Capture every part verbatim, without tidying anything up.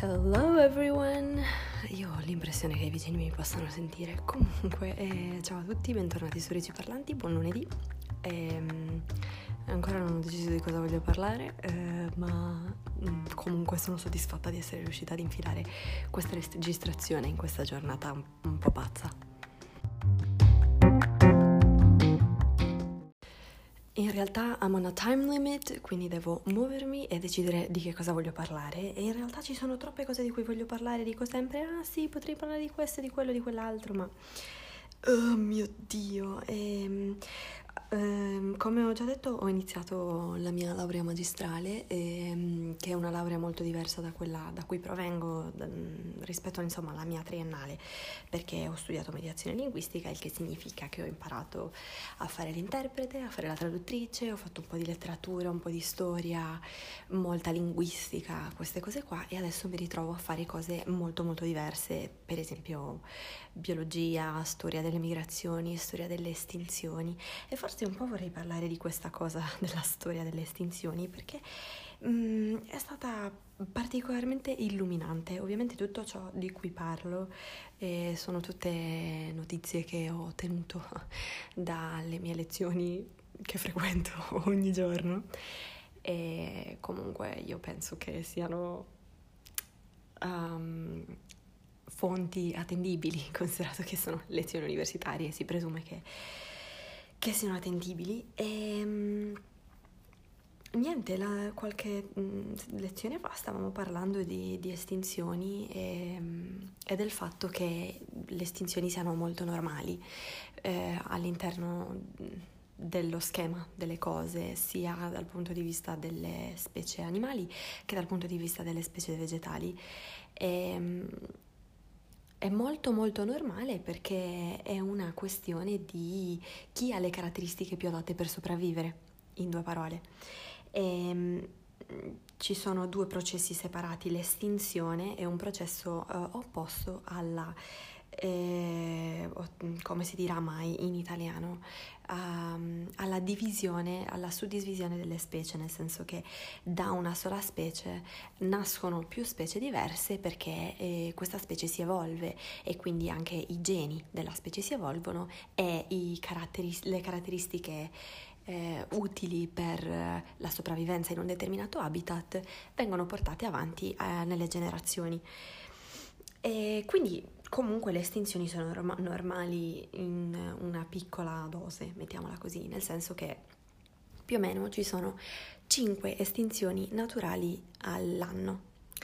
Hello everyone! Io ho l'impressione che i vicini mi possano sentire. Comunque, eh, ciao a tutti, bentornati su Ricci Parlanti, buon lunedì. Eh, ancora non ho deciso di cosa voglio parlare, eh, ma mh, comunque sono soddisfatta di essere riuscita ad infilare questa registrazione in questa giornata un, un po' pazza. In realtà I'm on a time limit, quindi devo muovermi e decidere di che cosa voglio parlare, e in realtà ci sono troppe cose di cui voglio parlare, dico sempre ah sì, potrei parlare di questo, di quello, di quell'altro, ma oh mio Dio. E, ehm, come ho già detto, ho iniziato la mia laurea magistrale, ehm, che è una laurea molto diversa da quella da cui provengo, da, rispetto insomma alla mia triennale, perché ho studiato mediazione linguistica, il che significa che ho imparato a fare l'interprete, a fare la traduttrice, ho fatto un po' di letteratura, un po' di storia, molta linguistica, queste cose qua, e adesso mi ritrovo a fare cose molto molto diverse, per esempio biologia, storia delle migrazioni, storia delle estinzioni, e forse un po' vorrei parlare di questa cosa della storia delle estinzioni perché mh, è stata particolarmente illuminante. Ovviamente tutto ciò di cui parlo eh, sono tutte notizie che ho ottenuto dalle mie lezioni che frequento ogni giorno, e comunque io penso che siano um, fonti attendibili, considerato che sono lezioni universitarie, si presume che, che siano attendibili. E niente, la, qualche mh, lezione fa stavamo parlando di, di estinzioni e, e del fatto che le estinzioni siano molto normali eh, all'interno dello schema delle cose, sia dal punto di vista delle specie animali che dal punto di vista delle specie vegetali. E, è molto molto normale perché è una questione di chi ha le caratteristiche più adatte per sopravvivere, in due parole. E, ci sono due processi separati: l'estinzione è un processo uh, opposto alla, eh, come si dirà mai in italiano, um, alla divisione, alla suddivisione delle specie, nel senso che da una sola specie nascono più specie diverse perché eh, questa specie si evolve e quindi anche i geni della specie si evolvono e i caratteri- le caratteristiche Eh, utili per eh, la sopravvivenza in un determinato habitat vengono portate avanti eh, nelle generazioni. E quindi comunque le estinzioni sono norma- normali in una piccola dose, mettiamola così, nel senso che più o meno ci sono cinque estinzioni naturali all'anno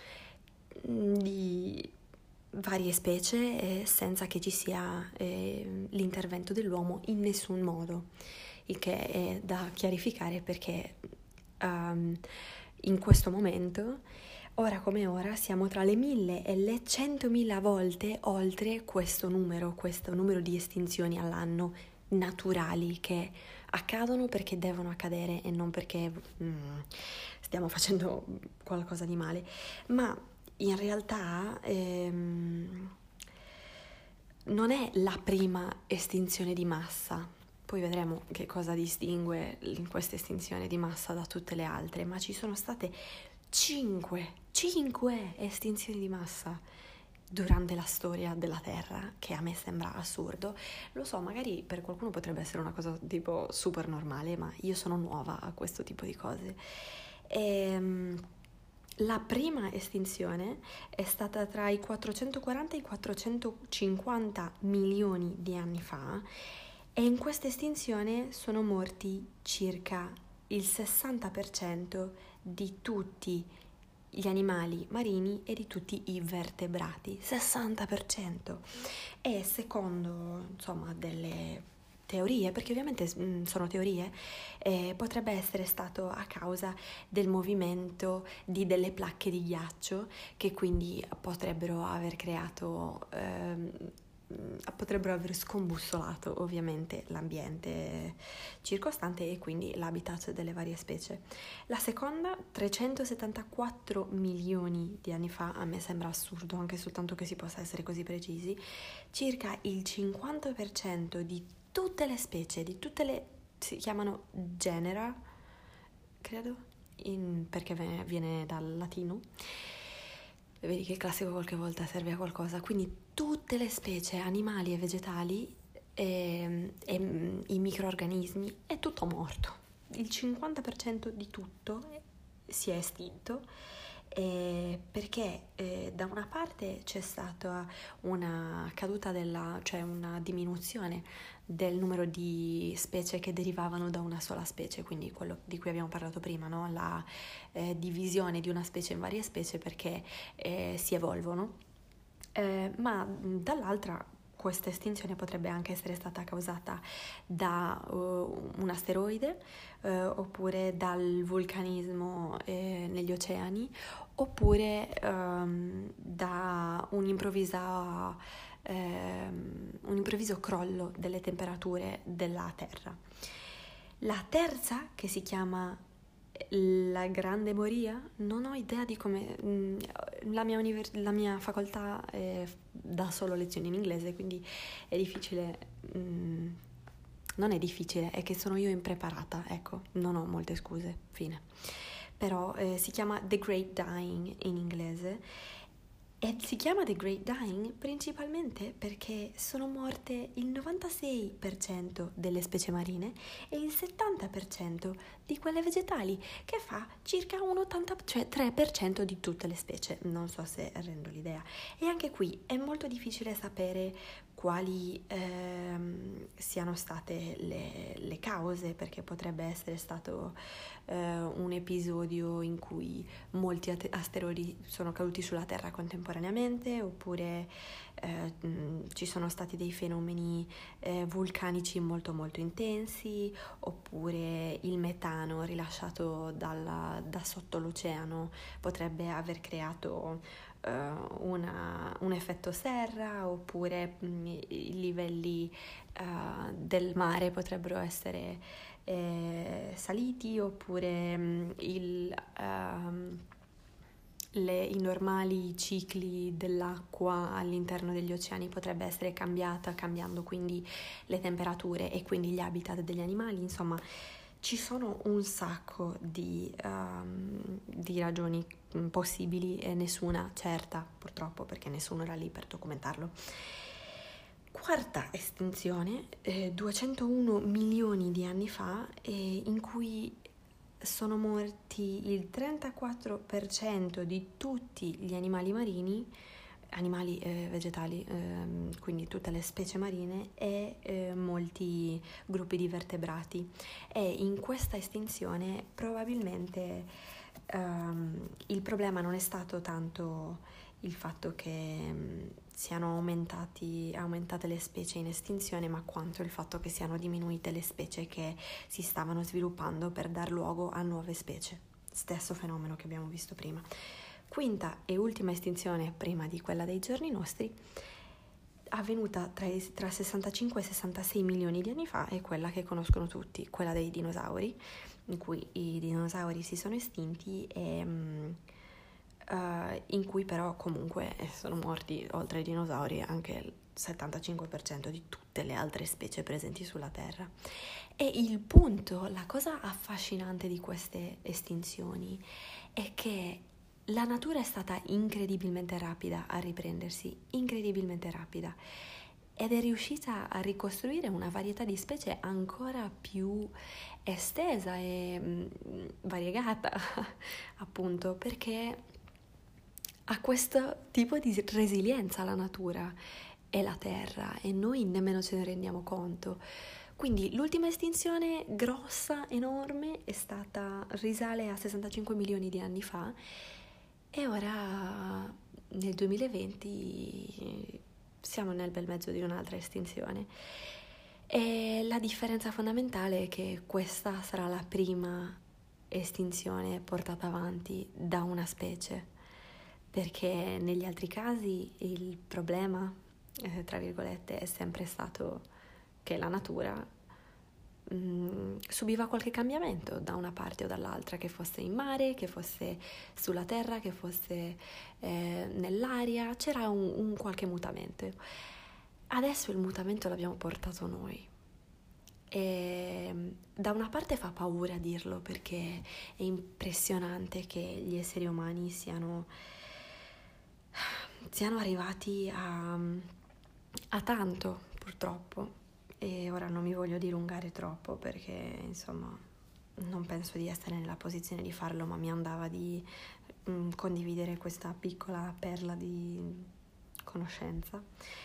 di varie specie, eh, senza che ci sia eh, l'intervento dell'uomo in nessun modo, il che è da chiarificare perché um, in questo momento, ora come ora, siamo tra le mille e le centomila volte oltre questo numero, questo numero di estinzioni all'anno naturali che accadono perché devono accadere e non perché mm, stiamo facendo qualcosa di male. Ma in realtà ehm, non è la prima estinzione di massa. Poi vedremo che cosa distingue questa estinzione di massa da tutte le altre, ma ci sono state cinque, cinque estinzioni di massa durante la storia della Terra, che a me sembra assurdo. Lo so, magari per qualcuno potrebbe essere una cosa tipo super normale, ma io sono nuova a questo tipo di cose. E la prima estinzione è stata tra i quattrocentoquaranta e i quattrocentocinquanta milioni di anni fa, e in questa estinzione sono morti circa il sessanta per cento di tutti gli animali marini e di tutti i vertebrati. sessanta per cento. E secondo, insomma, delle teorie, perché ovviamente mh, sono teorie, eh, potrebbe essere stato a causa del movimento di delle placche di ghiaccio che quindi potrebbero aver creato ehm, potrebbero aver scombussolato ovviamente l'ambiente circostante e quindi l'habitat delle varie specie. La seconda, trecentosettantaquattro milioni di anni fa, a me sembra assurdo anche soltanto che si possa essere così precisi, circa il cinquanta per cento di tutte le specie, di tutte le, si chiamano genera, credo, in, perché viene dal latino, vedi che il classico qualche volta serve a qualcosa, quindi tutte le specie animali e vegetali e, e mm, i microrganismi è tutto morto. Il cinquanta per cento di tutto si è estinto eh, perché eh, da una parte c'è stata una caduta della, cioè una diminuzione del numero di specie che derivavano da una sola specie, quindi quello di cui abbiamo parlato prima, no? La eh, divisione di una specie in varie specie perché eh, si evolvono, eh, ma dall'altra questa estinzione potrebbe anche essere stata causata da uh, un asteroide uh, oppure dal vulcanismo eh, negli oceani oppure um, da un'improvvisa, um, un improvviso crollo delle temperature della Terra. La terza, che si chiama la Grande Moria, non ho idea di come. La mia, univers- la mia facoltà eh, dà solo lezioni in inglese, quindi è difficile. Mm, non è difficile, è che sono io impreparata, ecco, non ho molte scuse, fine. Però eh, si chiama The Great Dying in inglese. E si chiama The Great Dying principalmente perché sono morte il novantasei per cento delle specie marine e il settanta per cento di quelle vegetali, che fa circa un ottantatré per cento di tutte le specie. Non so se rendo l'idea. E anche qui è molto difficile sapere quali ehm, siano state le, le cause, perché potrebbe essere stato eh, un episodio in cui molti asteroidi sono caduti sulla Terra contemporaneamente, oppure eh, mh, ci sono stati dei fenomeni eh, vulcanici molto molto intensi, oppure il metano rilasciato dalla, da sotto l'oceano potrebbe aver creato uh, una, un effetto serra, oppure mh, i livelli uh, del mare potrebbero essere eh, saliti, oppure mh, il, um, le, i normali cicli dell'acqua all'interno degli oceani potrebbe essere cambiata, cambiando quindi le temperature e quindi gli habitat degli animali. Insomma, ci sono un sacco di, um, di ragioni possibili e nessuna certa, purtroppo, perché nessuno era lì per documentarlo. Quarta estinzione, eh, duecentouno milioni di anni fa, eh, in cui sono morti il trentaquattro per cento di tutti gli animali marini, animali eh, vegetali, eh, quindi tutte le specie marine e eh, molti gruppi di vertebrati. E in questa estinzione probabilmente ehm, il problema non è stato tanto il fatto che mh, siano aumentati, aumentate le specie in estinzione, ma quanto il fatto che siano diminuite le specie che si stavano sviluppando per dar luogo a nuove specie. Stesso fenomeno che abbiamo visto prima. Quinta e ultima estinzione, prima di quella dei giorni nostri, avvenuta tra, i, tra sessantacinque e sessantasei milioni di anni fa, è quella che conoscono tutti, quella dei dinosauri, in cui i dinosauri si sono estinti e um, uh, in cui però comunque sono morti, oltre ai dinosauri, anche il settantacinque per cento di tutte le altre specie presenti sulla Terra. E il punto, la cosa affascinante di queste estinzioni è che la natura è stata incredibilmente rapida a riprendersi, incredibilmente rapida, ed è riuscita a ricostruire una varietà di specie ancora più estesa e mh, variegata, appunto, perché ha questo tipo di resilienza la natura e la terra e noi nemmeno ce ne rendiamo conto. Quindi l'ultima estinzione grossa, enorme, è stata, risale a sessantacinque milioni di anni fa. E ora nel duemilaventi siamo nel bel mezzo di un'altra estinzione. E la differenza fondamentale è che questa sarà la prima estinzione portata avanti da una specie, perché negli altri casi il problema, eh, tra virgolette, è sempre stato che la natura subiva qualche cambiamento da una parte o dall'altra, che fosse in mare, che fosse sulla terra, che fosse eh, nell'aria, c'era un, un qualche mutamento. Adesso il mutamento l'abbiamo portato noi e da una parte fa paura dirlo, perché è impressionante che gli esseri umani siano siamo arrivati a, a tanto, purtroppo, e ora non mi voglio dilungare troppo perché, insomma, non penso di essere nella posizione di farlo, ma mi andava di mh, condividere questa piccola perla di conoscenza.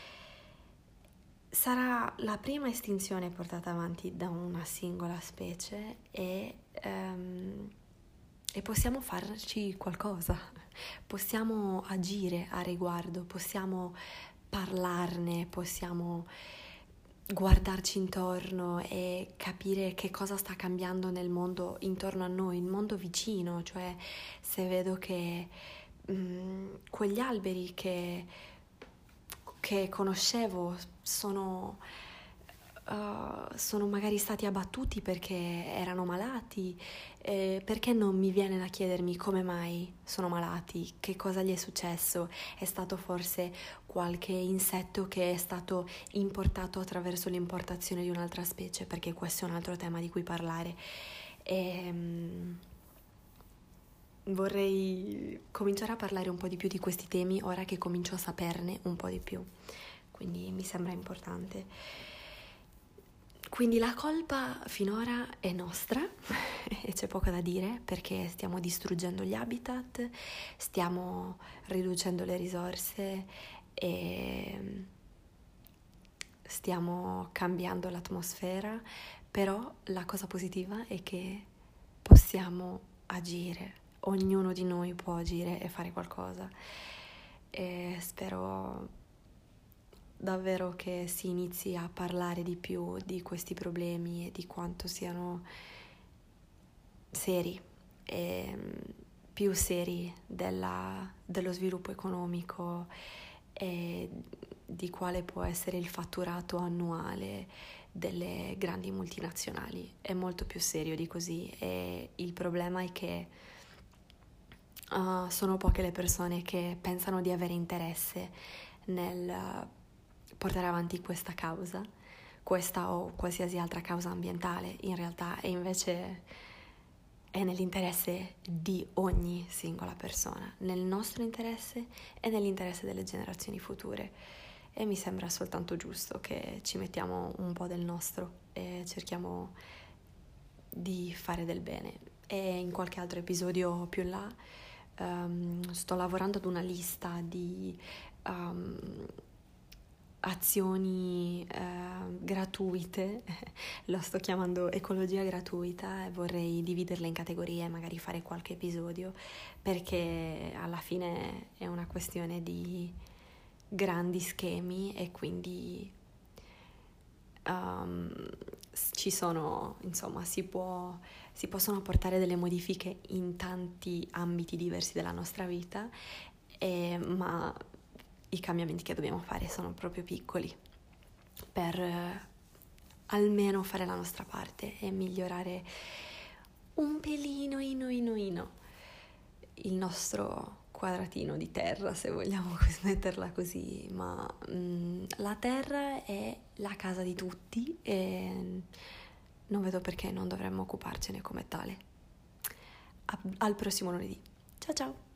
Sarà la prima estinzione portata avanti da una singola specie e, um, e possiamo farci qualcosa, possiamo agire a riguardo, possiamo parlarne, possiamo guardarci intorno e capire che cosa sta cambiando nel mondo intorno a noi, il mondo vicino, cioè se vedo che mh, quegli alberi che che conoscevo sono, uh, sono magari stati abbattuti perché erano malati, eh, perché non mi viene da chiedermi come mai sono malati, che cosa gli è successo, è stato forse qualche insetto che è stato importato attraverso l'importazione di un'altra specie, perché questo è un altro tema di cui parlare. E, um, vorrei cominciare a parlare un po' di più di questi temi ora che comincio a saperne un po' di più, quindi mi sembra importante. Quindi la colpa finora è nostra e c'è poco da dire perché stiamo distruggendo gli habitat, stiamo riducendo le risorse e stiamo cambiando l'atmosfera, però la cosa positiva è che possiamo agire. Ognuno di noi può agire e fare qualcosa e spero davvero che si inizi a parlare di più di questi problemi e di quanto siano seri e più seri della, dello sviluppo economico e di quale può essere il fatturato annuale delle grandi multinazionali. È molto più serio di così e il problema è che Uh, sono poche le persone che pensano di avere interesse nel uh, portare avanti questa causa, questa o qualsiasi altra causa ambientale in realtà, e invece è nell'interesse di ogni singola persona, nel nostro interesse e nell'interesse delle generazioni future. E mi sembra soltanto giusto che ci mettiamo un po' del nostro e cerchiamo di fare del bene. E in qualche altro episodio più là Um, sto lavorando ad una lista di um, azioni uh, gratuite, lo sto chiamando ecologia gratuita e vorrei dividerle in categorie e magari fare qualche episodio perché alla fine è una questione di grandi schemi e quindi um, ci sono, insomma, si può si possono apportare delle modifiche in tanti ambiti diversi della nostra vita, eh, ma i cambiamenti che dobbiamo fare sono proprio piccoli per eh, almeno fare la nostra parte e migliorare un pelino, ino, ino, ino, il nostro quadratino di terra, se vogliamo metterla così, ma mh, la terra è la casa di tutti e non vedo perché non dovremmo occuparcene come tale. A- al prossimo lunedì. Ciao ciao!